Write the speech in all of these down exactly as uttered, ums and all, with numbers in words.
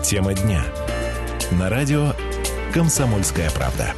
Тема дня. На радио «Комсомольская правда».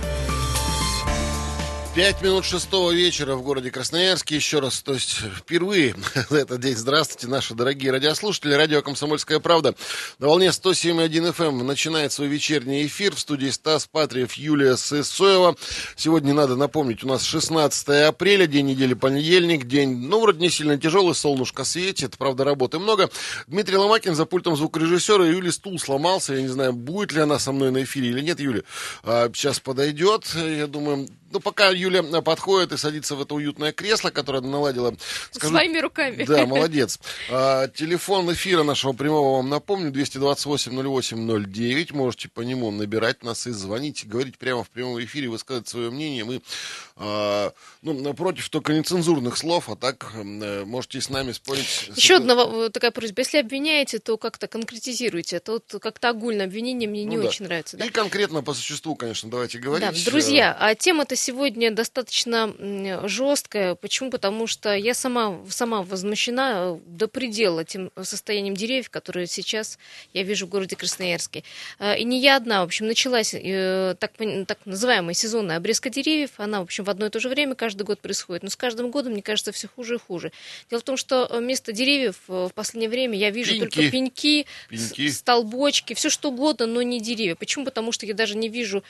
Пять минут шестого вечера в городе Красноярске. Еще раз, то есть впервые в этот день. Здравствуйте, наши дорогие радиослушатели. Радио «Комсомольская правда» на волне сто семь и один эф эм начинает свой вечерний эфир. В студии Стас Патриев, Юлия Сысоева. Сегодня, надо напомнить, у нас шестнадцатое апреля, день недели, понедельник. День, ну, вроде не сильно тяжелый, солнышко светит, правда, работы много. Дмитрий Ломакин за пультом звукорежиссера. Юли стул сломался. Я не знаю, будет ли она со мной на эфире или нет. Юля а, сейчас подойдет, я думаю. Ну, пока Юля подходит и садится в это уютное кресло, которое наладила... Скажу, своими руками. Да, молодец. А, телефон эфира нашего прямого вам напомню, двести двадцать восемь ноль восемь ноль девять. Можете по нему набирать нас и звонить, говорить прямо в прямом эфире, высказать свое мнение. Мы, а, ну, напротив, только нецензурных слов, а так а, можете с нами спорить. Еще одна такая просьба. Если обвиняете, то как-то конкретизируйте. А то вот как-то огульное обвинение мне ну, не да. очень нравится. Да? И конкретно по существу, конечно, давайте говорить. Да, друзья, а тема-то сегодня достаточно жесткая. Почему? Потому что я сама, сама возмущена до предела тем состоянием деревьев, которые сейчас я вижу в городе Красноярске. И не я одна. В общем, началась так, так называемая сезонная обрезка деревьев. Она, в общем, в одно и то же время каждый год происходит. Но с каждым годом, мне кажется, все хуже и хуже. Дело в том, что вместо деревьев в последнее время я вижу пеньки. только пеньки, пеньки, столбочки, все что угодно, но не деревья. Почему? Потому что я даже не вижу,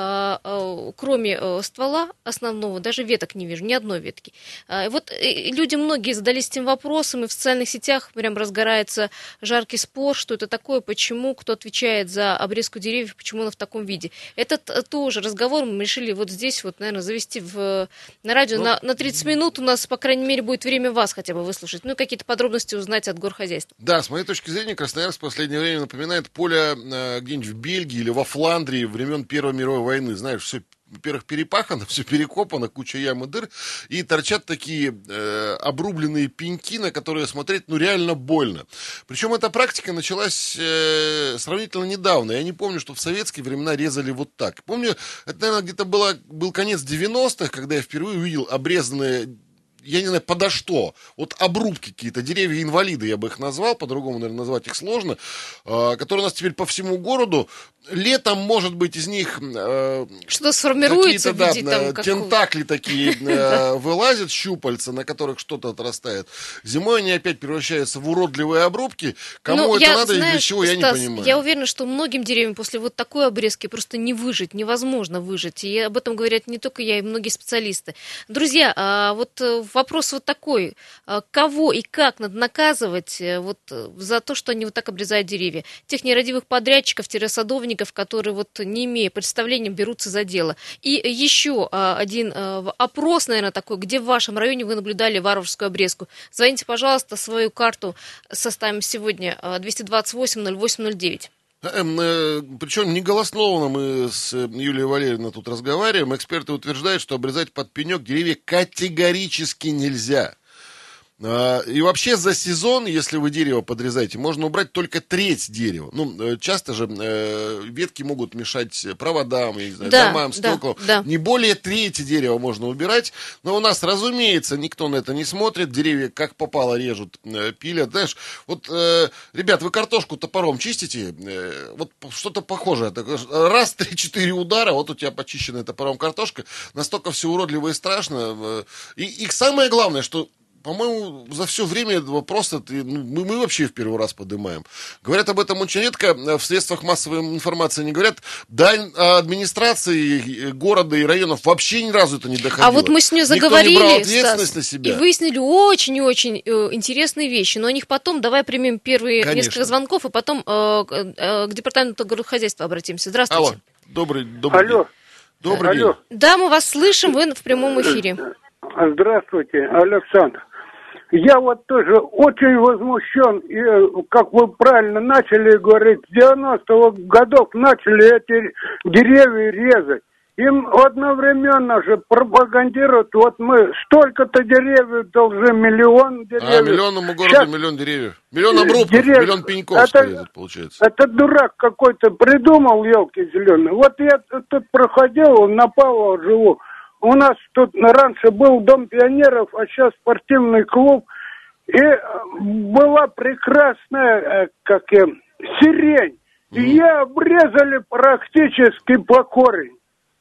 кроме ствола основного, даже веток не вижу, ни одной ветки. А, вот и люди многие задались этим вопросом, и в социальных сетях прям разгорается жаркий спор, что это такое, почему, кто отвечает за обрезку деревьев, почему она в таком виде. Этот тоже разговор мы решили вот здесь, вот, наверное, завести в, на радио. Ну, на, на тридцать минут у нас, по крайней мере, будет время вас хотя бы выслушать, ну и какие-то подробности узнать от горхозяйства. Да, с моей точки зрения, Красноярск в последнее время напоминает поле э, где-нибудь в Бельгии или во Фландрии времен Первой мировой войны. Знаешь, все во-первых, перепахано, все перекопано, куча ям и дыр, и торчат такие э, обрубленные пеньки, на которые смотреть, ну, реально больно. Причем эта практика началась э, сравнительно недавно. Я не помню, что в советские времена резали вот так. Помню, это, наверное, где-то было, был конец девяностых, когда я впервые увидел обрезанные... Я не знаю, подо что. Вот обрубки какие-то, деревья-инвалиды, я бы их назвал, по-другому, наверное, назвать их сложно, э, которые у нас теперь по всему городу. Летом, может быть, из них э, что-то сформируется, какие-то, в виде, да, там, тентакли такие э, вылазят, щупальца, на которых что-то отрастает. Зимой они опять превращаются в уродливые обрубки. Кому ну, это я, надо знаешь, и для чего, Стас, я не понимаю. Я уверена, что многим деревьям после вот такой обрезки просто не выжить, невозможно выжить. И об этом говорят не только я, и многие специалисты. Друзья, а вот вопрос вот такой. Кого и как надо наказывать вот за то, что они вот так обрезают деревья? Тех нерадивых подрядчиков-садовников, которые, вот, не имея представления, берутся за дело. И еще один опрос, наверное, такой, где в вашем районе вы наблюдали варварскую обрезку. Звоните, пожалуйста, свою карту составим сегодня двести двадцать восемь ноль восемь ноль девять. Причем не голословно мы с Юлией Валерьевной тут разговариваем. Эксперты утверждают, что обрезать под пенек деревья категорически нельзя. И вообще за сезон, если вы дерево подрезаете, можно убрать только треть дерева. Ну, часто же э, ветки могут мешать проводам, я не знаю, да, домам, стеклам. Да, да. Не более трети дерева можно убирать. Но у нас, разумеется, никто на это не смотрит. Деревья как попало режут, э, пилят. Знаешь, вот, э, ребят, вы картошку топором чистите? Э, вот что-то похожее. Раз, три-четыре удара, вот у тебя почищенная топором картошка. Настолько все уродливо и страшно. И, и самое главное, что... По-моему, за все время просто ну, мы, мы вообще в первый раз поднимаем. Говорят об этом очень редко, в средствах массовой информации не говорят. До администрации города и районов вообще ни разу это не доходило. А вот мы с ней заговорили, никто не брал ответственность, Стас, на себя. И выяснили очень и очень э, интересные вещи. Но о них потом, давай примем первые Конечно. несколько звонков, и потом э, э, к департаменту городхозяйства обратимся. Здравствуйте. Алло, добрый, добрый Алло. день. Добрый Алло. день. Да, мы вас слышим, вы в прямом эфире. Здравствуйте, Александр. Я вот тоже очень возмущен, и, как вы правильно начали говорить, с девяностых годов начали эти деревья резать. Им одновременно же пропагандируют, вот мы столько-то деревьев должны, миллион деревьев. А, миллионному городу Сейчас... миллион деревьев. Миллион обрубков, Дерев... миллион пеньков это... скорее, получается. Это дурак какой-то придумал, елки зеленые. Вот я тут проходил, на Павлова живу. У нас тут раньше был дом пионеров, а сейчас спортивный клуб. И была прекрасная, как я, сирень. И ее обрезали практически по корень.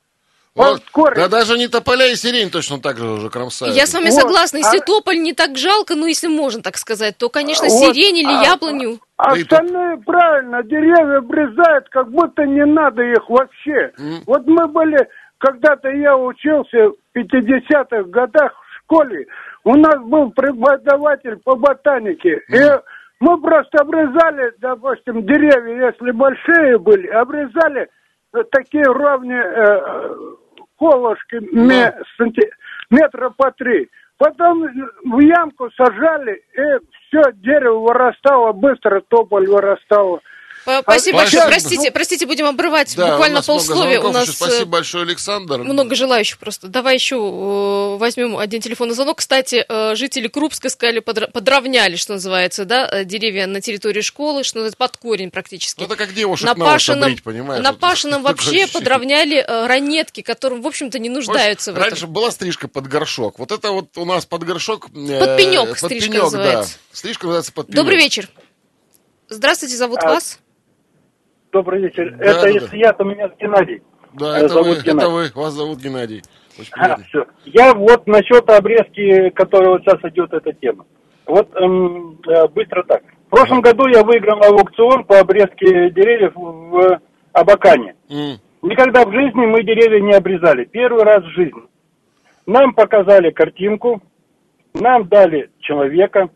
Вот, корень. да даже не тополя и сирень точно так же уже кромсают. Я с вами Вот, согласна. Если а- тополь не так жалко, ну, если можно так сказать, то, конечно, Вот, сирень или а- яблоню. А Да и остальные правильно, деревья обрезают, как будто не надо их вообще. М. Вот мы были, когда-то я учился в пятидесятых годах в школе, у нас был преподаватель по ботанике, и мы просто обрезали, допустим, деревья, если большие были, обрезали э, такие ровные э, колышки ме- санти- метра по три. Потом в ямку сажали, и все, дерево вырастало, быстро тополь вырастало. П- Спасибо А- большое. Спасибо. Простите, простите, будем обрывать Да, буквально у нас много полсловия. У звонков. нас Спасибо э, большое, Александр. много желающих просто. Давай еще э, возьмем один телефонный звонок. Кстати, э, жители Крупска сказали, подра- подровняли, что называется, да, э, деревья на территории школы, что это под корень практически. Ну, это как девушек На на ухо Пашином, брить, понимаешь? на Вот Пашином такое вообще ощущение. подровняли э, ранетки, которым, в общем-то, не нуждаются в этом. Раньше была стрижка под горшок. Вот это вот у нас под горшок... э, Под пенек под стрижка пенек, называется. Да. Стрижка называется под пенек. Добрый вечер. Здравствуйте, зовут А, вас? Добрый вечер. Да, это да, если да. я, то меня Геннадий. Да, Э, это вы, зовут это Геннадий. вы. Вас зовут Геннадий. Очень А, приятно. все. Я вот насчет обрезки, которая вот сейчас идет эта тема. Вот эм, э, быстро так. В прошлом году я выиграл аукцион по обрезке деревьев в Абакане. М. Никогда в жизни мы деревья не обрезали. Первый раз в жизни. Нам показали картинку, нам дали человека,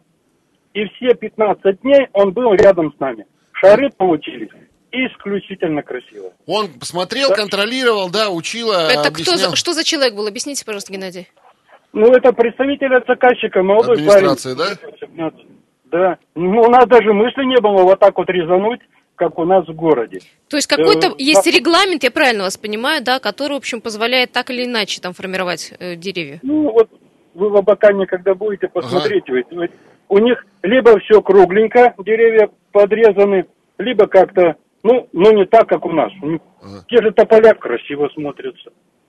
и все пятнадцать дней он был рядом с нами. Шары получились исключительно красиво. Он посмотрел, контролировал, да, учил, Это кто объяснял. за, что за человек был? Объясните, пожалуйста, Геннадий. Ну, это представитель от заказчика, молодой Администрации, парень. да? семнадцать. Да. Ну, у нас даже мысли не было вот так вот резануть, как у нас в городе. То есть какой-то Э, есть на- регламент, я правильно вас понимаю, да, который, в общем, позволяет так или иначе там формировать э, деревья. Ну, вот вы в Абакане, когда будете, посмотреть, ведь, ведь у них либо все кругленько, деревья подрезаны, либо как-то, ну, ну не так, как у нас. Ну, Ага. Те же тополя красиво смотрятся,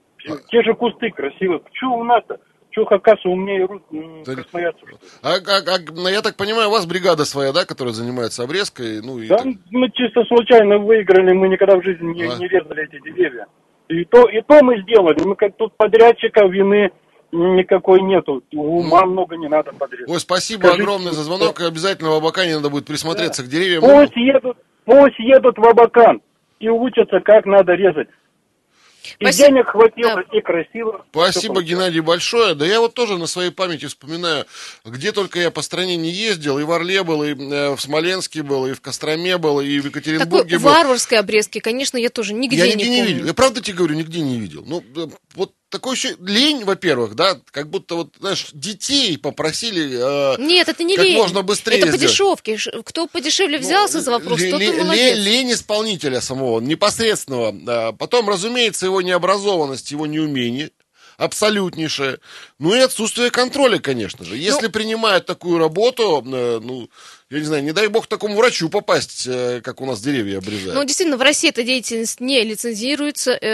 те же кусты красиво. Че у нас-то? Че Хакасу умнее рус- м, Да- красноярцев, что ли? А, а- а, ну, я так понимаю, у вас бригада своя, да, которая занимается обрезкой, ну и Да, так- мы чисто случайно выиграли, мы никогда в жизни не, А. не резали эти деревья. И то, и то мы сделали. Мы как тут подрядчика вины никакой нету. Ума много не надо подрезать. Ой, спасибо Скажите, огромное за звонок. Обязательно в Абакане надо будет присмотреться к деревьям. Пусть едут, пусть едут в Абакан и учатся, как надо резать. И Спасибо. денег хватило, Да. и красиво. Спасибо, Всё Геннадий, большое. Да я вот тоже на своей памяти вспоминаю, где только я по стране не ездил, и в Орле был, и э, в Смоленске был, и в Костроме был, и в Такой Екатеринбурге был. варварской обрезки, конечно, я тоже нигде Я не нигде не, помню. видел. Я правда тебе говорю, нигде не видел. Ну, э, вот такое еще лень, во-первых, да, как будто вот, знаешь, детей попросили э, Нет, это не как лень. можно быстрее Это по сделать. дешевке. Ш- Кто подешевле взялся Ну, за вопрос, ле- тот и ле- молодец. ле- Лень исполнителя самого, непосредственного. Да. Потом, разумеется, его необразованность, его неумение абсолютнейшее. Ну и отсутствие контроля, конечно же. Если принимают такую работу, э, ну, я не знаю, не дай бог такому врачу попасть, э, как у нас деревья обрезают. Ну, действительно, в России эта деятельность не лицензируется. э,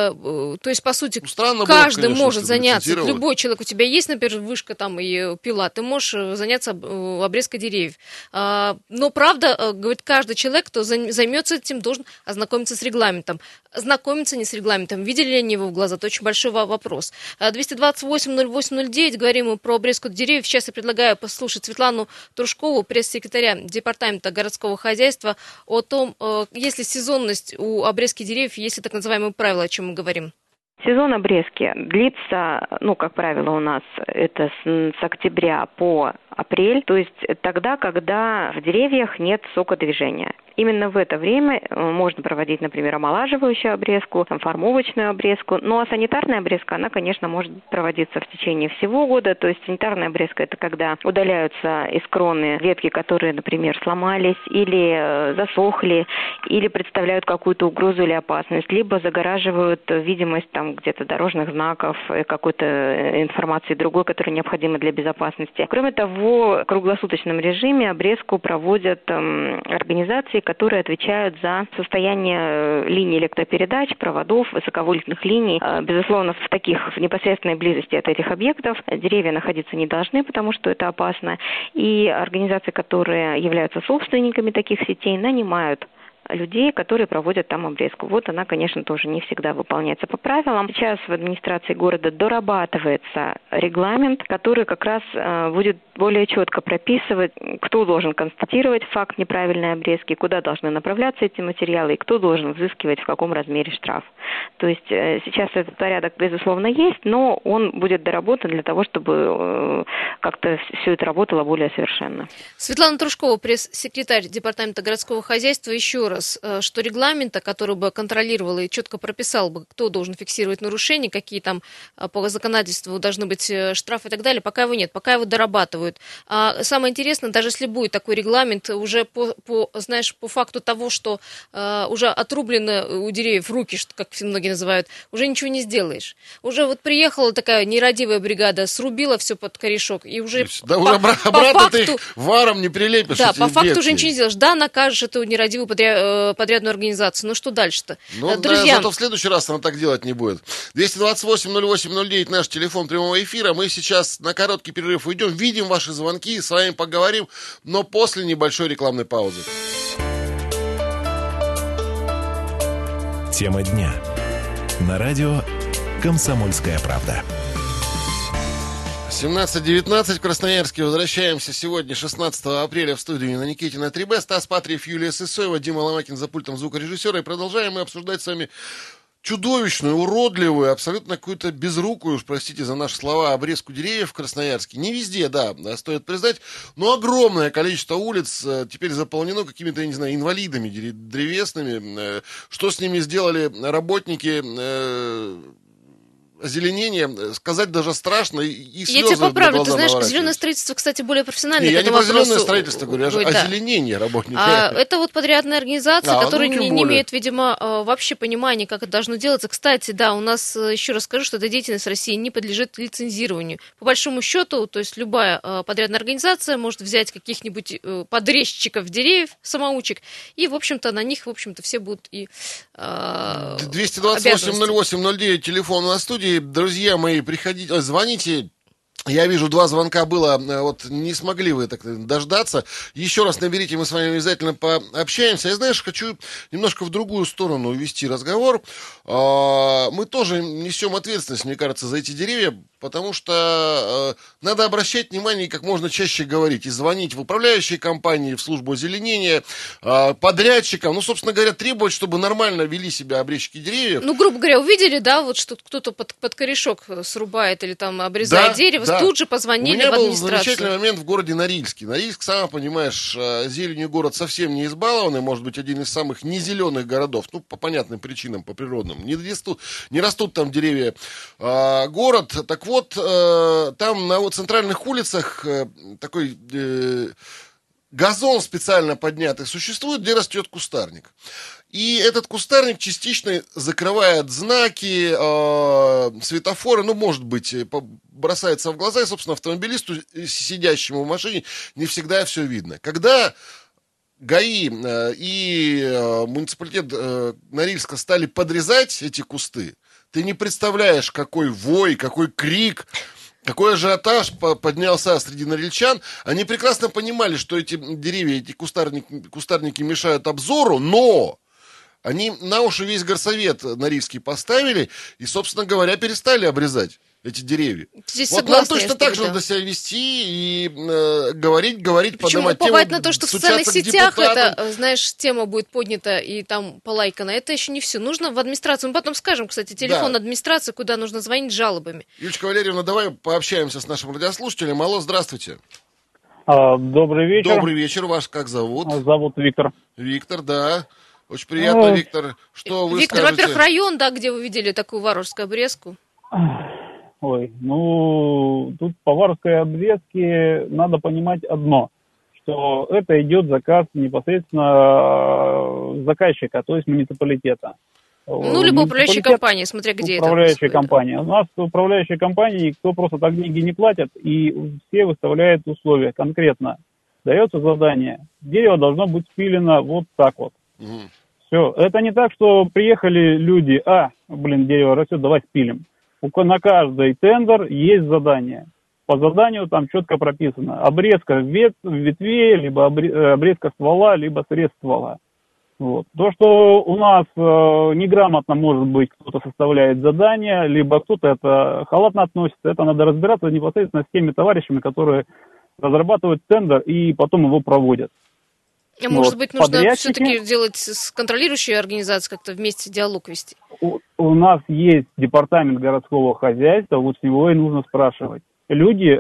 э, то есть, по сути, Ну, странно было, каждый конечно, может чтобы заняться. лицензировали. Любой человек, у тебя есть, например, вышка там и э, пила, ты можешь э, заняться э, обрезкой деревьев. А, но, правда, э, говорит, каждый человек, кто займ- займется этим, должен ознакомиться с регламентом. Ознакомиться не с регламентом. Видели ли они его в глаза? Это очень большой во- вопрос. А, двести двадцать восемь ноль восемь ноль девять, говорим мы про обрезку деревьев. Сейчас я предлагаю послушать Светлану Трушкову, пресс-секретаря Департамента городского хозяйства, о том, э, есть ли сезонность у обрезки деревьев, есть ли так называемые правила, о чем мы говорим. Сезон обрезки длится, ну, как правило, у нас это с, с октября по апрель, то есть тогда, когда в деревьях нет сокодвижения. Именно в это время можно проводить, например, омолаживающую обрезку, там, формовочную обрезку. Ну, а санитарная обрезка, она, конечно, может проводиться в течение всего года. То есть санитарная обрезка – это когда удаляются из кроны ветки, которые, например, сломались или засохли, или представляют какую-то угрозу или опасность, либо загораживают видимость там где-то дорожных знаков, какой-то информации другой, которая необходима для безопасности. Кроме того, в круглосуточном режиме обрезку проводят эм, организации, которые отвечают за состояние линий электропередач, проводов, высоковольтных линий. Безусловно, в таких в непосредственной близости от этих объектов деревья находиться не должны, потому что это опасно. И организации, которые являются собственниками таких сетей, нанимают людей, которые проводят там обрезку. Вот она, конечно, тоже не всегда выполняется по правилам. Сейчас в администрации города дорабатывается регламент, который как раз э, будет более четко прописывать, кто должен констатировать факт неправильной обрезки, куда должны направляться эти материалы и кто должен взыскивать в каком размере штраф. То есть э, сейчас этот порядок, безусловно, есть, но он будет доработан для того, чтобы э, как-то все это работало более совершенно. Светлана Трушкова, пресс-секретарь Департамента городского хозяйства, еще раз, что регламента, который бы контролировал и четко прописал бы, кто должен фиксировать нарушения, какие там по законодательству должны быть штрафы и так далее, пока его нет, пока его дорабатывают. А самое интересное, даже если будет такой регламент, уже по, по знаешь, по факту того, что uh, уже отрублены у деревьев руки, что, как многие называют, уже ничего не сделаешь. Уже вот приехала такая нерадивая бригада, срубила все под корешок, и уже да, по, уже по обратно факту, ты их варом не прилепишь. Да, по факту ветки. уже ничего не сделаешь. Да, накажешь эту нерадивую подряд, подрядную организацию. Ну что дальше-то? Ну, Друзья... да, зато в следующий раз она так делать не будет. двести двадцать восемь ноль восемь ноль девять наш телефон прямого эфира. Мы сейчас на короткий перерыв уйдем, видим ваши звонки, с вами поговорим, но после небольшой рекламной паузы. Тема дня. На радио «Комсомольская правда». семнадцать девятнадцать в Красноярске. Возвращаемся сегодня, шестнадцатого апреля, в студию на Никитина три бэ. Стас Патриев, Юлия Сысоева, Дима Ломакин за пультом звукорежиссера. И продолжаем мы обсуждать с вами чудовищную, уродливую, абсолютно какую-то безрукую, уж простите за наши слова, обрезку деревьев в Красноярске. Не везде, да, стоит признать, но огромное количество улиц теперь заполнено какими-то, я не знаю, инвалидами древесными. Что с ними сделали работники озеленение, сказать даже страшно, и слезы. Я тебя поправлю, ты знаешь, наворачиваются. Зеленое строительство, кстати, более профессионально. Не, я не про вопросу... зеленое строительство говорю, Ой, а да. озеленение работников. А, это вот подрядная организация, а, которая ну, не, не более. имеет, видимо, вообще понимания, как это должно делаться. Кстати, да, у нас, еще раз скажу, что эта деятельность в России не подлежит лицензированию. По большому счету, то есть любая подрядная организация может взять каких-нибудь подрезчиков деревьев, самоучек, и, в общем-то, на них, в общем-то, все будут и э, двести двадцать восемь ноль восемь ноль девять, телефон на студии. Друзья мои, приходите, звоните. Я вижу, два звонка было, вот не смогли вы так дождаться. Еще раз наберите, мы с вами обязательно пообщаемся. Я, знаешь, хочу немножко в другую сторону увести разговор. Мы тоже несем ответственность, мне кажется, за эти деревья, потому что надо обращать внимание и как можно чаще говорить. И звонить в управляющие компании, в службу озеленения, подрядчикам. Ну, собственно говоря, требовать, чтобы нормально вели себя обрезчики деревьев. Ну, грубо говоря, увидели, да, вот что кто-то под, под корешок срубает или там обрезает да, дерево, да. Тут же позвонили в администрацию. У меня был замечательный момент в городе Норильске. Норильск, сама понимаешь, зеленью город совсем не избалованный, может быть, один из самых незеленых городов, ну, по понятным причинам, по природным. Не растут, не растут там деревья. А, город, так вот, а, там на вот центральных улицах а, такой... А, газон специально поднятый существует, где растет кустарник. И этот кустарник частично закрывает знаки, э, светофоры, ну, может быть, бросается в глаза, и, собственно, автомобилисту, сидящему в машине, не всегда все видно. Когда ГАИ э, и э, муниципалитет э, Норильска стали подрезать эти кусты, ты не представляешь, какой вой, какой крик, какой ажиотаж поднялся среди норильчан. Они прекрасно понимали, что эти деревья, эти кустарники, кустарники мешают обзору, но они на уши весь горсовет норильский поставили и, собственно говоря, перестали обрезать эти деревья. Здесь вот нам точно так же надо себя вести и э, говорить, говорить, Почему поднимать уповать тему, на то, что в социальных сетях это, знаешь, тема будет поднята и там полайкана, это еще не все. Нужно в администрацию. Мы потом скажем, кстати, телефон да. администрации, куда нужно звонить с жалобами. Юлечка Валерьевна, давай пообщаемся с нашим радиослушателем. Алло, здравствуйте. А, добрый вечер. Добрый вечер. Вас как зовут? Зовут Виктор. Виктор, да. Очень приятно, ну, Виктор. Что вы Виктор, скажете? во-первых, район, да, где вы видели такую варварскую обрезку? Ой, ну, тут по варварской обрезке надо понимать одно, что это идет заказ непосредственно заказчика, то есть муниципалитета. Ну, либо управляющей компании, смотря где управляющая это. Управляющая компания. У нас управляющая компания, никто просто так деньги не платит, и все выставляют условия конкретно. Дается задание, дерево должно быть спилено вот так вот. Угу. Все, это не так, что приехали люди, а, блин, дерево растет, давай спилим. На каждый тендер есть задание. По заданию там четко прописано. Обрезка ветвей, либо обрезка ствола, либо срез ствола. Вот. То, что у нас э, неграмотно, может быть, кто-то составляет задания, либо кто-то это халатно относится, это надо разбираться непосредственно с теми товарищами, которые разрабатывают тендер и потом его проводят. А может вот. быть, нужно Подрядчики... все-таки делать с контролирующей организацией, как-то вместе диалог вести? У, у нас есть департамент городского хозяйства, вот с него и нужно спрашивать. Люди,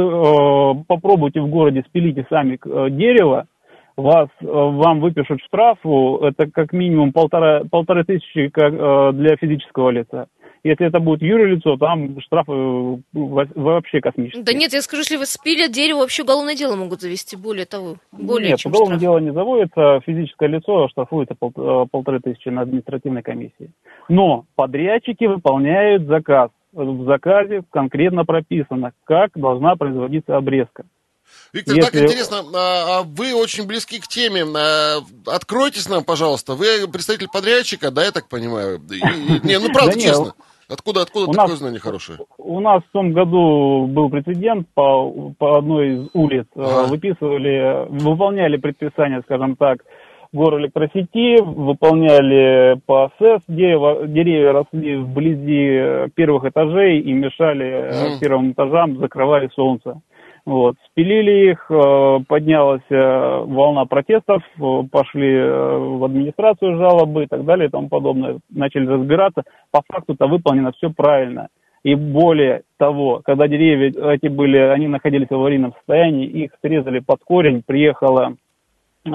вы попробуйте в городе, спилите сами дерево, вас, вам выпишут штрафу, это как минимум полтора, полторы тысячи как, для физического лица. Если это будет юрлицо, там штрафы вообще космические. Да нет, я скажу, если вы спилят дерево, вообще уголовное дело могут завести, более того. Более Нет, чем уголовное штраф. дело не заводится, физическое лицо штрафуется пол, полторы тысячи на административной комиссии. Но подрядчики выполняют заказ. В заказе конкретно прописано, как должна производиться обрезка. Виктор, Если... так интересно, а вы очень близки к теме. Откройтесь нам, пожалуйста. Вы представитель подрядчика, да, я так понимаю? Не, ну правда, честно. Откуда, откуда такое нас, знание хорошее? У нас в том году был прецедент по, по одной из улиц. Ага. Выписывали, выполняли предписания, скажем так, горэлектросети, выполняли по СЭС, дерева, деревья росли вблизи первых этажей и мешали ага. первым этажам, закрывали солнце. Вот. Спилили их, поднялась волна протестов, пошли в администрацию жалобы и так далее и тому подобное. Начали разбираться. По факту-то выполнено все правильно. И более того, когда деревья эти были, они находились в аварийном состоянии, их срезали под корень, приехало э,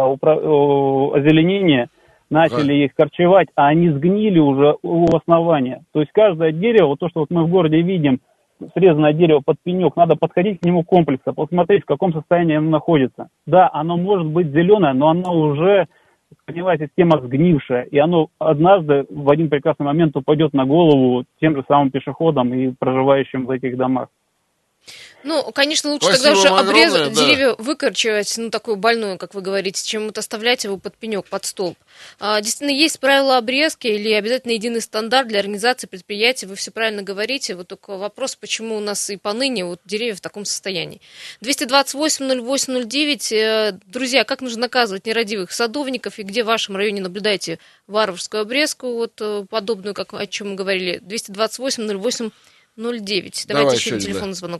упра- э, озеленение, начали да. их корчевать, а они сгнили уже у основания. То есть каждое дерево, вот то, что вот мы в городе видим, срезанное дерево под пенек, надо подходить к нему комплексно, посмотреть, в каком состоянии оно находится. Да, оно может быть зеленое, но оно уже, корневая система сгнившая, и оно однажды в один прекрасный момент упадет на голову тем же самым пешеходам и проживающим в этих домах. Ну, конечно, лучше Спасибо тогда уже огромное, обрезать, да. деревья выкорчевать, ну, такую больную, как вы говорите, чем вот оставлять его под пенек, под столб. А, действительно, есть правила обрезки или обязательно единый стандарт для организации предприятий, вы все правильно говорите, вот только вопрос, почему у нас и поныне вот деревья в таком состоянии. двести двадцать восемь ноль восемь ноль девять, друзья, как нужно наказывать нерадивых садовников и где в вашем районе наблюдаете варварскую обрезку, вот подобную, как о чем мы говорили, двести двадцать восемь ноль восемь ноль девять. Давайте Давай еще один да. телефонный звонок.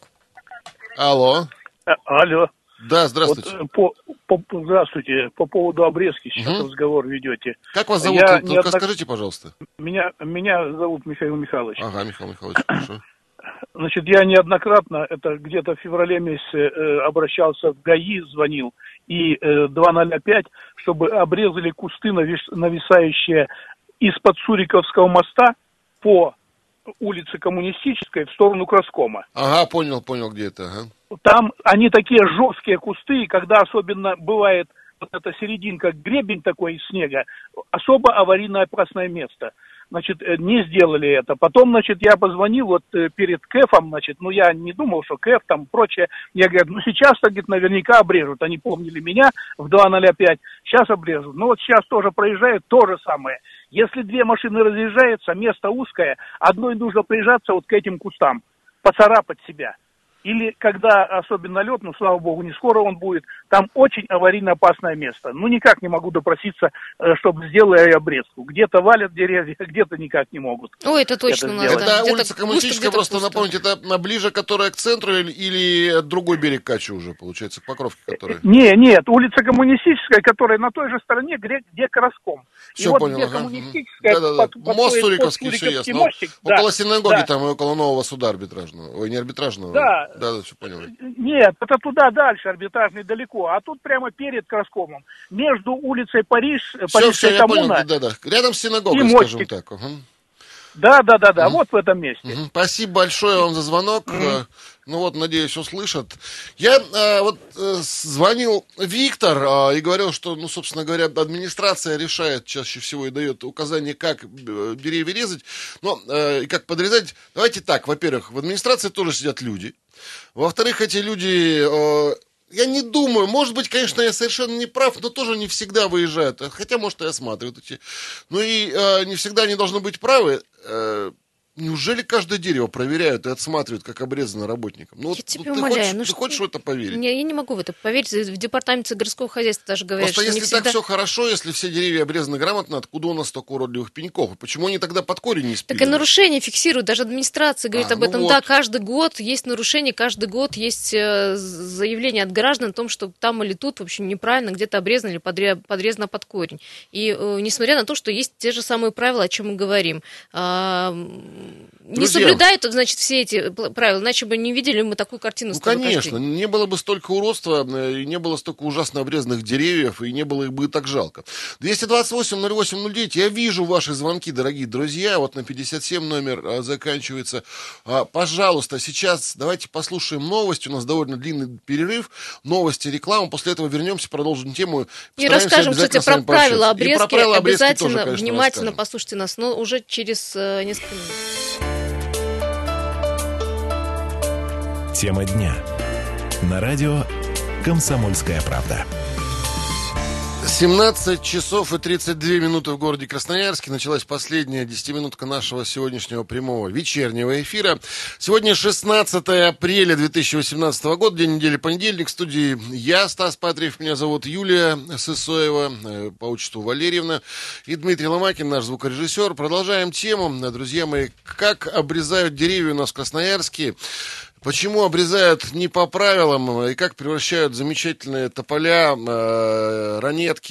Алло. А, алло. Да, здравствуйте. Вот, по, по, здравствуйте. По поводу обрезки сейчас угу. разговор ведете. Как вас зовут? Я Только неоднок... скажите, пожалуйста. Меня, меня зовут Михаил Михайлович. Ага, Михаил Михайлович, хорошо. Значит, я неоднократно, это где-то в феврале месяце, э, обращался в ГАИ, звонил, и э, два ноль пять, чтобы обрезали кусты, навис, нависающие из-под Суриковского моста по улице Коммунистической в сторону Краскома. Ага, понял, понял, где это. Ага. Там они такие жесткие кусты, и когда особенно бывает вот эта серединка, гребень такой из снега, особо аварийно опасное место. Значит, не сделали это. Потом, значит, я позвонил вот перед КЭФом, значит, ну, я не думал, что КЭФ там прочее. Я говорю, ну, сейчас-то, говорит, наверняка обрежут. Они помнили меня в два ноль пять, сейчас обрежут. Ну, вот сейчас тоже проезжают, то же самое. Если две машины разъезжаются, место узкое, одной нужно прижаться вот к этим кустам, поцарапать себя. Или когда особенно лед, ну, слава богу, не скоро он будет, там очень аварийно опасное место. Ну, никак не могу допроситься, чтобы сделали обрезку. Где-то валят деревья, где-то никак не могут. Ой, это точно это надо. Это да. улица Коммунистическая, просто пусто. Напомните, это ближе, которая к центру, или, или другой берег Качи уже, получается, к Покровке, которая? Не, нет, улица Коммунистическая, которая на той же стороне, где, где Краском. Все, и вот понял, где ага. Коммунистическая, да, да, да. под, под мост Суриковский, Суриковский, все ясно. мостик, да, около синагоги да. там и около нового суда арбитражного. Ой, не арбитражного. Да. Да, да, все понял. Нет, это туда дальше, арбитражный далеко, а тут прямо перед Краскомом. Между улицей Париж, все, Парижская все, коммуна. Я понял, да, да. Рядом с синагогой, и скажем мостик. так. Угу. Да, да, да, да, угу. вот в этом месте. Угу. Спасибо большое вам за звонок. Угу. Ну вот, надеюсь, услышат. Я э, вот э, звонил Виктор э, и говорил, что, ну, собственно говоря, администрация решает чаще всего и дает указания, как э, деревья резать, но э, и как подрезать. Давайте так, во-первых, в администрации тоже сидят люди. Во-вторых, эти люди... Э, Я не думаю, может быть, конечно, я совершенно не прав, но тоже не всегда выезжают, хотя, может, и осматривают эти. Ну и э, не всегда они должны быть правы. Э, Неужели каждое дерево проверяют и отсматривают, как обрезано работником? Ну, я вот, тебя ну, умоляю. Ты хочешь, ну, ты что... хочешь в это поверить? Не, я не могу в это поверить. В департаменте городского хозяйства даже говорят, Просто что если не так всегда... все хорошо, если все деревья обрезаны грамотно, откуда у нас столько уродливых пеньков? И почему они тогда под корень не спиливают? Так и нарушения фиксируют. Даже администрация говорит а, об ну этом. вот. Да, каждый год есть нарушения, каждый год есть э, заявление от граждан о том, что там или тут, в общем, неправильно где-то обрезано или подре... подрезано под корень. И э, несмотря на то, что есть те же самые правила, о чем мы говорим. А, не Друзья, соблюдают, значит, все эти правила, иначе бы не видели мы такую картину. Ну, с тобой конечно, каждый день. не было бы столько уродства, и не было столько ужасно обрезанных деревьев, и не было их бы так жалко. двести двадцать восемь ноль восемь ноль девять, я вижу ваши звонки, дорогие друзья, вот на пятьдесят семь номер а, заканчивается. А, пожалуйста, сейчас давайте послушаем новости, у нас довольно длинный перерыв, новости, реклама, после этого вернемся, продолжим тему. И расскажем, кстати, про правила обрезки, про правила обрезки обязательно тоже, конечно, внимательно расскажем. послушайте нас, но уже через э, несколько минут. Тема дня. На радио «Комсомольская правда». семнадцать часов и тридцать две минуты в городе Красноярске. Началась последняя десятиминутка нашего сегодняшнего прямого вечернего эфира. Сегодня шестнадцатое апреля две тысячи восемнадцатого года, день недели, понедельник. В студии я, Стас Патриев, меня зовут Юлия Сысоева, по отчеству Валерьевна, и Дмитрий Ломакин, наш звукорежиссер. Продолжаем тему, друзья мои, как обрезают деревья у нас в Красноярске. Почему обрезают не по правилам и как превращают замечательные тополя, э, ранетки,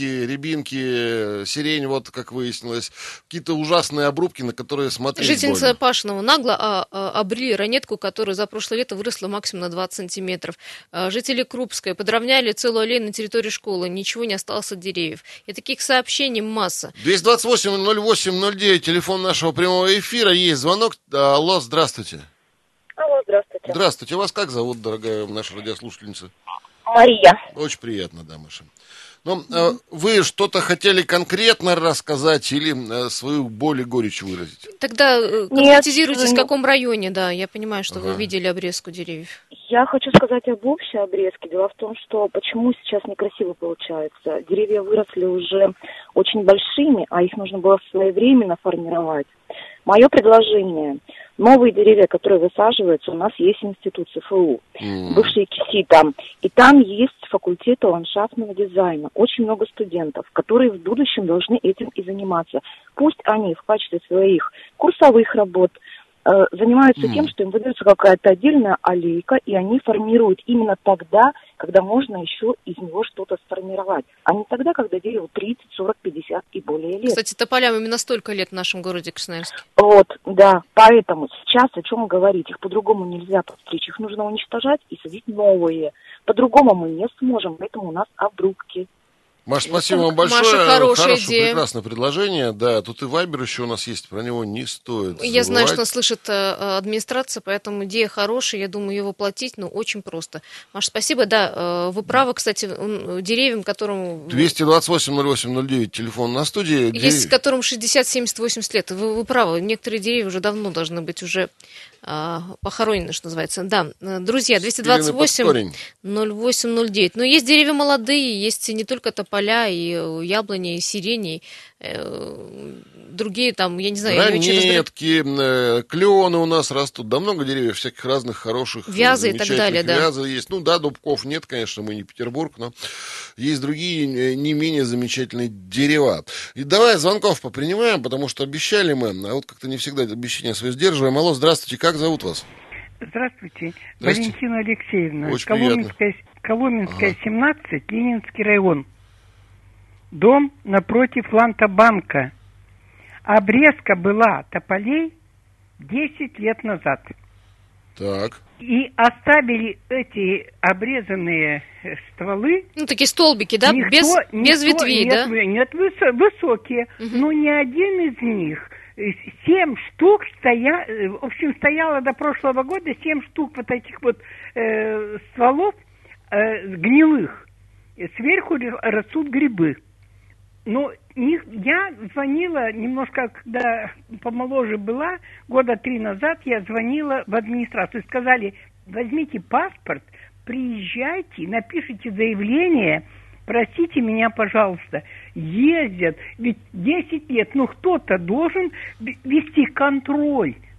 рябинки, сирень, вот как выяснилось, в какие-то ужасные обрубки, на которые смотреть Жительница больно. Пашиного нагло а, а, обрели ранетку, которая за прошлое лето выросла максимум на двадцать сантиметров. А, жители Крупской подровняли целую аллею на территории школы, ничего не осталось от деревьев. И таких сообщений масса. двести двадцать восемь ноль восемь ноль девять, телефон нашего прямого эфира, есть звонок. Алло, здравствуйте. Алло, здравствуйте. Здравствуйте. Вас как зовут, дорогая наша радиослушательница? Мария. Очень приятно, да, Маша. Но э, вы что-то хотели конкретно рассказать или э, свою боль и горечь выразить? Тогда э, конкретизируйтесь, в каком районе, да. Я понимаю, что Ага. вы видели обрезку деревьев. Я хочу сказать об общей обрезке. Дело в том, что почему сейчас некрасиво получается. Деревья выросли уже очень большими, а их нужно было своевременно формировать. Мое предложение. Новые деревья, которые высаживаются, у нас есть институт ЦФУ, mm. бывший КИСИ там. И там есть факультет ландшафтного дизайна. Очень много студентов, которые в будущем должны этим и заниматься. Пусть они в качестве своих курсовых работ э, занимаются mm. тем, что им выдается какая-то отдельная аллейка, и они формируют именно тогда, когда можно еще из него что-то сформировать, а не тогда, когда дереву тридцать, сорок, пятьдесят и более лет. Кстати, тополям именно столько лет в нашем городе Красноярске. Вот, да, поэтому сейчас о чем говорить, их по-другому нельзя подстричь, их нужно уничтожать и садить новые. По-другому мы не сможем, поэтому у нас обрубки. Маш, спасибо вам большое. Маша, хорошая Хорошее, идея. прекрасное предложение. Да, тут и Вайбер еще у нас есть, про него не стоит Я забывать. знаю, что нас слышит э, администрация, поэтому идея хорошая, я думаю, ее воплотить, но очень просто. Маша, спасибо, да, э, вы правы, кстати, деревьям, которым... двести двадцать восемь ноль восемь ноль девять, телефон на студии. Есть, которым шестьдесят, семьдесят, восемьдесят лет. Вы, вы правы, некоторые деревья уже давно должны быть уже э, похоронены, что называется. Да, друзья, двести двадцать восемь ноль восемь ноль девять. Но есть деревья молодые, есть не только тополя, и яблони, и сирени, э, другие там, я не знаю... Ранетки, клены у нас растут, да много деревьев всяких разных, хороших, вязы и так далее, да. Вязы есть, ну да, дубков нет, конечно, мы не Петербург, но есть другие не менее замечательные дерева. И давай звонков попринимаем, потому что обещали мы, а вот как-то не всегда обещания свои сдерживаем. Алло, здравствуйте, как зовут вас? Здравствуйте, Здравствуйте. Валентина Алексеевна. Очень Коломенская, Коломенская ага. семнадцать, Ленинский район. Дом напротив Ланта-банка. Обрезка была тополей десять лет назад. Так. И оставили эти обрезанные стволы. Ну, такие столбики, да? Никто, без, никто, без ветвей, нет, да? Нет, высо, высокие. Угу. Но ни один из них. Семь штук стоя, в общем, стояло до прошлого года семь штук вот этих вот э, стволов э, гнилых. Сверху растут грибы. Ну, я звонила немножко, когда помоложе была, года три назад, я звонила в администрацию. Сказали, возьмите паспорт, приезжайте, напишите заявление, простите меня, пожалуйста. Ездят, ведь десять лет, ну кто-то должен вести контроль.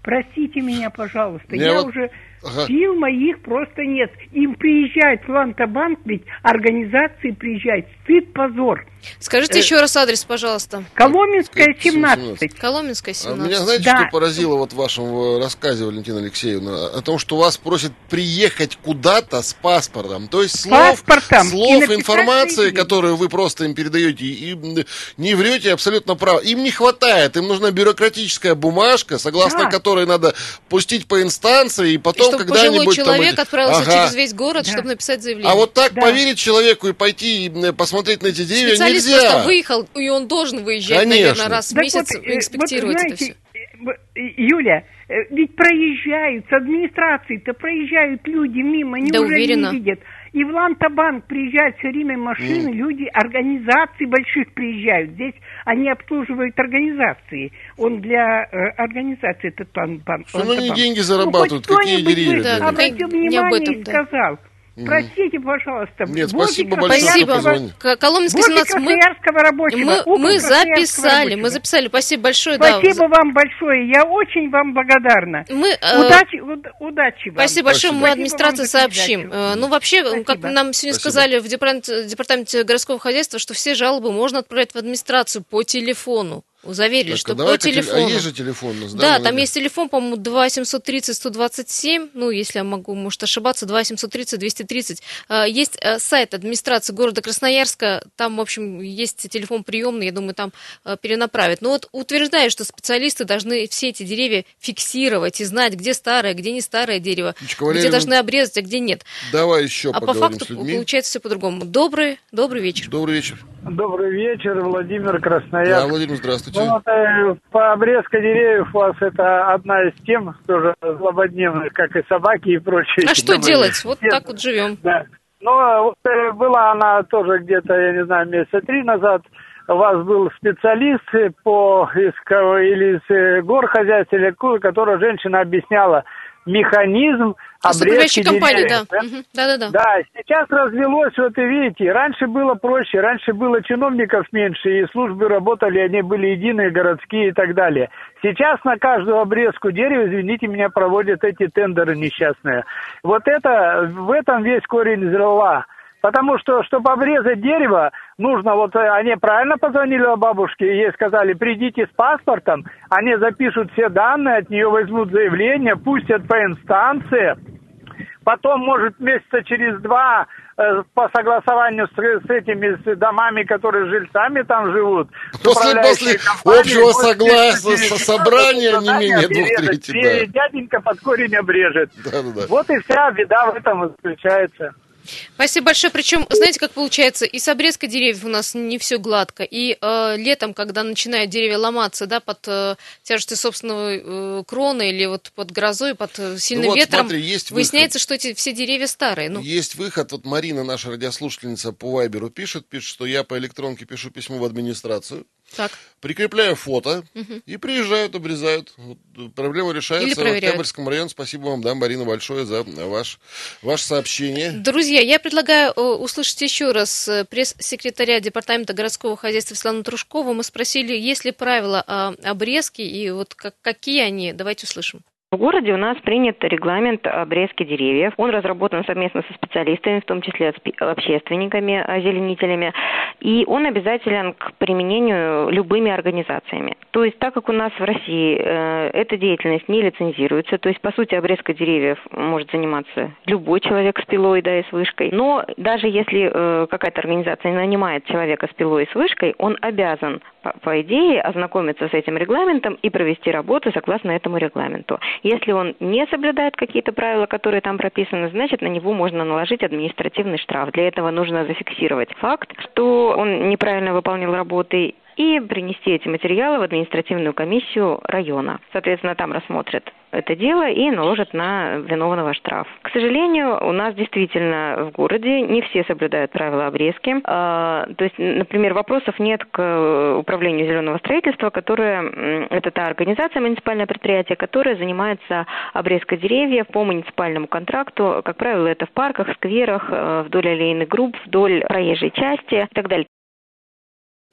Простите меня, пожалуйста, Я я вот- уже... Ага. Сил моих просто нет. Им приезжает в Лантобанк, ведь организации приезжают. Стыд, позор. Скажите Э, еще раз адрес, пожалуйста. Коломенская, семнадцать. Коломенская, А семнадцать. меня знаете, Да. что поразило вот в вашем э, рассказе, Валентина Алексеевна? О том, что вас просят приехать куда-то с паспортом. То есть слов, Паспортом. И слов написать информации, заявление. которую вы просто им передаете, и м, не врете абсолютно право. Им не хватает. Им нужна бюрократическая бумажка, согласно Да. которой надо пустить по инстанции, и И потом чтобы пожилой когда-нибудь... там человек эти- отправился Ага. через весь город, Да. чтобы написать заявление. А вот так Да. поверить человеку и пойти и, м, посмотреть на эти деревья Специалист нельзя. просто выехал, и он должен выезжать, Конечно. наверное, раз в Так месяц вот, э, инспектировать вот, это знаете, все. э, э, Юля, э, ведь проезжают, с администрации-то проезжают люди мимо, Да, неужели уверена. не видят? И в Лантобанк приезжают все время машины, люди, организаций больших приезжают. Здесь они обслуживают организации. Он для э, организации этот план банк. Что, ну, они Лантобанк. деньги зарабатывают, Ну, хоть какие кто-нибудь деревья бы для них? обратил Да, не об внимание этом, и да. сказал. Простите, пожалуйста. Нет, возле спасибо большое, что Спасибо. позвонили. К- Коломенская, Возле семнадцать. Мы, Красноярского рабочего. мы, округ мы Красноярского записали, рабочего. мы записали. Спасибо большое. да. Спасибо вам большое. Я очень вам благодарна. Мы, э, Удачи, уд- удачи вам. Спасибо большое, мы Спасибо администрации вам за сообщим. передачу. Э, Ну, вообще, Спасибо. как нам сегодня Спасибо. сказали в департаменте, департаменте городского хозяйства, что все жалобы можно отправлять в администрацию по телефону. Заверили, Так, что а по давай-ка теле- телефону. А есть же телефон у нас, да? Да, Володя? там есть телефон, по-моему, два семьсот тридцать сто двадцать семь, ну, если я могу, может, ошибаться, два семьсот тридцать двести тридцать. А, Есть э, сайт администрации города Красноярска, там, в общем, есть телефон приемный, я думаю, там э, перенаправят. Но вот утверждаю, что специалисты должны все эти деревья фиксировать и знать, где старое, где не старое дерево, Ючка где Валерьевна, должны обрезать, а где нет. Давай еще А по поговорим факту с людьми. получается все по-другому. Добрый, добрый вечер. Добрый вечер. Добрый вечер, Владимир Да, Красноярск. Владимир, здравствуйте. Ну, вот, э, по обрезке деревьев у вас это одна из тем, тоже злободневных, как и собаки и прочие. А что Домовые. делать? Вот Нет, так вот живем. Да. Ну, вот э, была она тоже где-то, я не знаю, месяца три назад. У вас был специалист по из, кого- или из э, горхозяйства, или откуда, которая женщина объясняла механизм обрезки Управляющей компании, деревьев. да. Мгм. Да-да-да. Да, сейчас развелось, вот и видите, раньше было проще, раньше было чиновников меньше, и службы работали, они были единые, городские и так далее. Сейчас на каждую обрезку дерева, извините меня, проводят эти тендеры несчастные. Вот это, в этом весь корень зла. Потому что, чтобы обрезать дерево, нужно, вот они правильно позвонили бабушке, ей сказали, придите с паспортом, они запишут все данные, от нее возьмут заявление, пустят по инстанции, потом, может, месяца через два, э, по согласованию с, с этими с домами, которые с жильцами там живут, с После, управляющей после компанией, общего вот согласия, месяца со через два собрания не задание менее двух обрезать, трети, и да. дяденька под корень обрежет. Да, да, да. Вот и вся беда в этом заключается. Спасибо большое. Причем, знаете, как получается, и с обрезкой деревьев у нас не все гладко, и э, летом, когда начинают деревья ломаться, да, под э, тяжестью собственного э, крона или вот под грозой, под э, сильным Ну вот, ветром, смотри, есть выясняется, что эти все деревья старые. Ну, Есть выход. Вот Марина, наша радиослушательница, по Вайберу пишет, пишет, что я по электронке пишу письмо в администрацию, так. прикрепляю фото Мгм. и приезжают, обрезают. Вот, э, проблема Или решается в проверяют. Октябрьском районе. Спасибо вам, да, Марина, большое за ваш, ваше сообщение. Друзья, я предлагаю э, услышать еще раз э, пресс-секретаря Департамента городского хозяйства Светлану Трушкову. Мы спросили, есть ли правила э, обрезки и вот как, какие они. Давайте услышим. В городе у нас принят регламент обрезки деревьев. Он разработан совместно со специалистами, в том числе общественниками, озеленителями. И он обязателен к применению любыми организациями. То есть, так как у нас в России э, эта деятельность не лицензируется, то есть, по сути, обрезка деревьев может заниматься любой человек с пилой, да, и с вышкой. Но даже если э, какая-то организация нанимает человека с пилой и с вышкой, он обязан, по, по идее, ознакомиться с этим регламентом и провести работу согласно этому регламенту. Если он не соблюдает какие-то правила, которые там прописаны, значит, на него можно наложить административный штраф. Для этого нужно зафиксировать факт, что он неправильно выполнил работы, и принести эти материалы в административную комиссию района. Соответственно, там рассмотрят это дело и наложат на виновного штраф. К сожалению, у нас действительно в городе не все соблюдают правила обрезки. А, то есть, например, вопросов нет к управлению зеленого строительства, которое, это та организация, муниципальное предприятие, которое занимается обрезкой деревьев по муниципальному контракту. Как правило, это в парках, скверах, вдоль аллейных групп, вдоль проезжей части и так далее.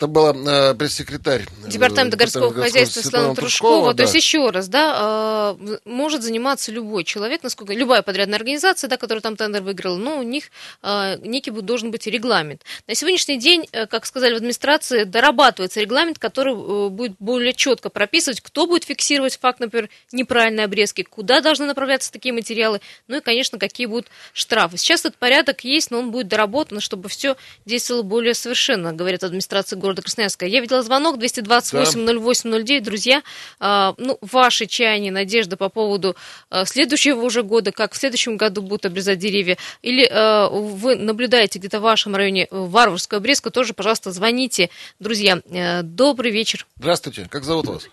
Это была э, пресс-секретарь Департамента городского хозяйства Светлана Трушкова. Да. То есть, еще раз, да, э, может заниматься любой человек, насколько любая подрядная организация, да, которая там тендер выиграла, но у них э, некий должен быть регламент. На сегодняшний день, э, как сказали в администрации, дорабатывается регламент, который э, будет более четко прописывать, кто будет фиксировать факт, например, неправильной обрезки, куда должны направляться такие материалы, ну и, конечно, какие будут штрафы. Сейчас этот порядок есть, но он будет доработан, чтобы все действовало более совершенно, говорят администрация города Красноярска. Я видела звонок двести двадцать восемь ноль восемь ноль девять. Друзья, э, ну, ваши чаяния, надежды по поводу э, следующего уже года, как в следующем году будут обрезать деревья, или э, вы наблюдаете где-то в вашем районе варварскую обрезку, тоже, пожалуйста, звоните. Друзья, э, добрый вечер. Здравствуйте, как зовут вас?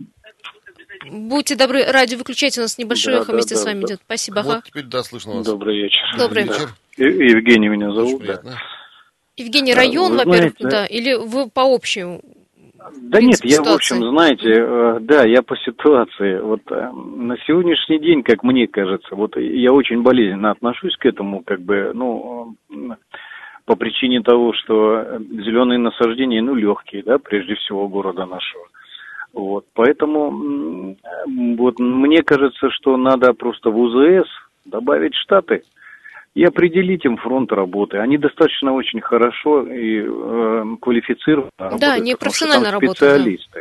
Будьте добры, радио выключайте, у нас небольшое да, эхо да, вместе да, с вами да. идет. Спасибо. Вот ага. теперь, да, слышно вас. Добрый вечер. Добрый вечер. Евгений меня зовут. Да. Евгений, район, Вы во-первых, знаете, да, или вы по общему? Да нет, я, в общем, знаете, да, я по ситуации. Вот на сегодняшний день, как мне кажется, вот я очень болезненно отношусь к этому, как бы, ну, по причине того, что зеленые насаждения, ну, легкие, да, прежде всего, города нашего. Вот, поэтому вот мне кажется, что надо просто в УЗС добавить штаты и определить им фронт работы. Они достаточно очень хорошо и э, квалифицированно да, работают. они потому профессионально что там работают. специалисты.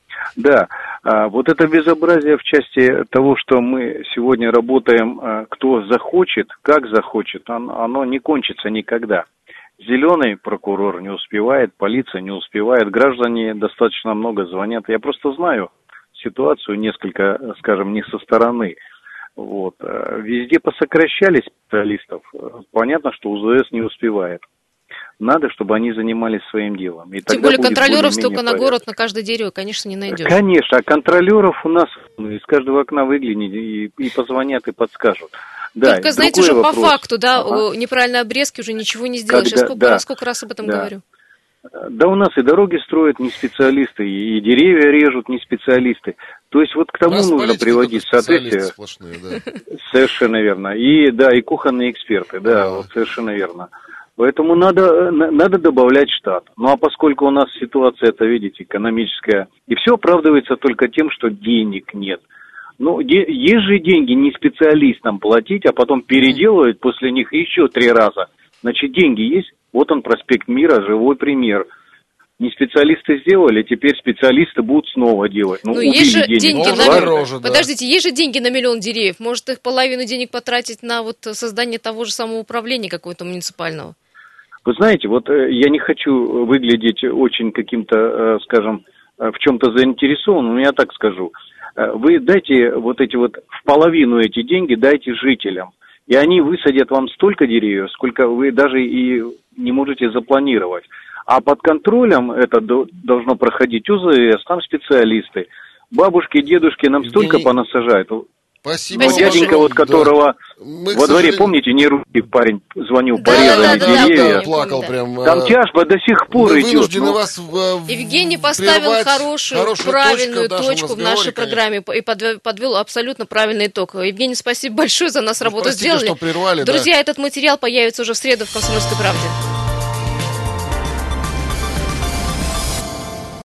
Да, а, вот это безобразие в части того, что мы сегодня работаем, а, кто захочет, как захочет, он, оно не кончится никогда. Зеленый прокурор не успевает, полиция не успевает, граждане достаточно много звонят. Я просто знаю ситуацию несколько, скажем, не со стороны. Вот. Везде посокращали специалистов. Понятно, что УЗС не успевает. Надо, чтобы они занимались своим делом. И Тем более контролеров столько на город, на каждое дерево, конечно, не найдешь. Конечно, а контролеров у нас ну, из каждого окна выглянет и, и позвонят, и подскажут. Да, только, знаете, уже вопрос. по факту, да, ага. неправильной обрезки уже ничего не сделаешь. Когда, Я сколько, да, раз, сколько раз об этом да. говорю. Да у нас и дороги строят не специалисты, и деревья режут не специалисты. То есть вот к тому нужно приводить соответствие. Сплошные, да. Совершенно верно. И да, и кухонные эксперты, да, вот совершенно верно. Поэтому надо, надо добавлять штат. Ну а поскольку у нас ситуация, это, видите, экономическая, и все оправдывается только тем, что денег нет. Ну, де, есть же деньги не специалистам платить, а потом переделывать после них еще три раза. Значит, деньги есть. Вот он, проспект Мира, живой пример. Не специалисты сделали, теперь специалисты будут снова делать. Ну, ну убили есть же денег. деньги Ну, на дороже, да. Подождите, есть же деньги на миллион деревьев. Может, их половину денег потратить на вот создание того же самого управления какого-то муниципального? Вы знаете, вот э, я не хочу выглядеть очень каким-то, э, скажем, э, в чем-то заинтересованным, но я так скажу. Э, вы дайте вот эти вот, в половину эти деньги дайте жителям. И они высадят вам столько деревьев, сколько вы даже и не можете запланировать. А под контролем это должно проходить УЗС, там специалисты. Бабушки, дедушки нам Евгений... столько понасажают. Спасибо. Вот дяденька, вот которого да. Мы, во дворе, сожалению... помните, не руки парень звонил, да, порезали да, да, деревья. Да, плакал да. прям. Там тяжба до сих пор мы идет. Вынуждены но... вас в... Евгений поставил хорошую, хорошую правильную точку, точку в нашей программе и подвел абсолютно правильный итог. Евгений, спасибо большое за нас ну, работу простите, сделали. Что прервали, Друзья, да. этот материал появится уже в среду в «Комсомольской правде».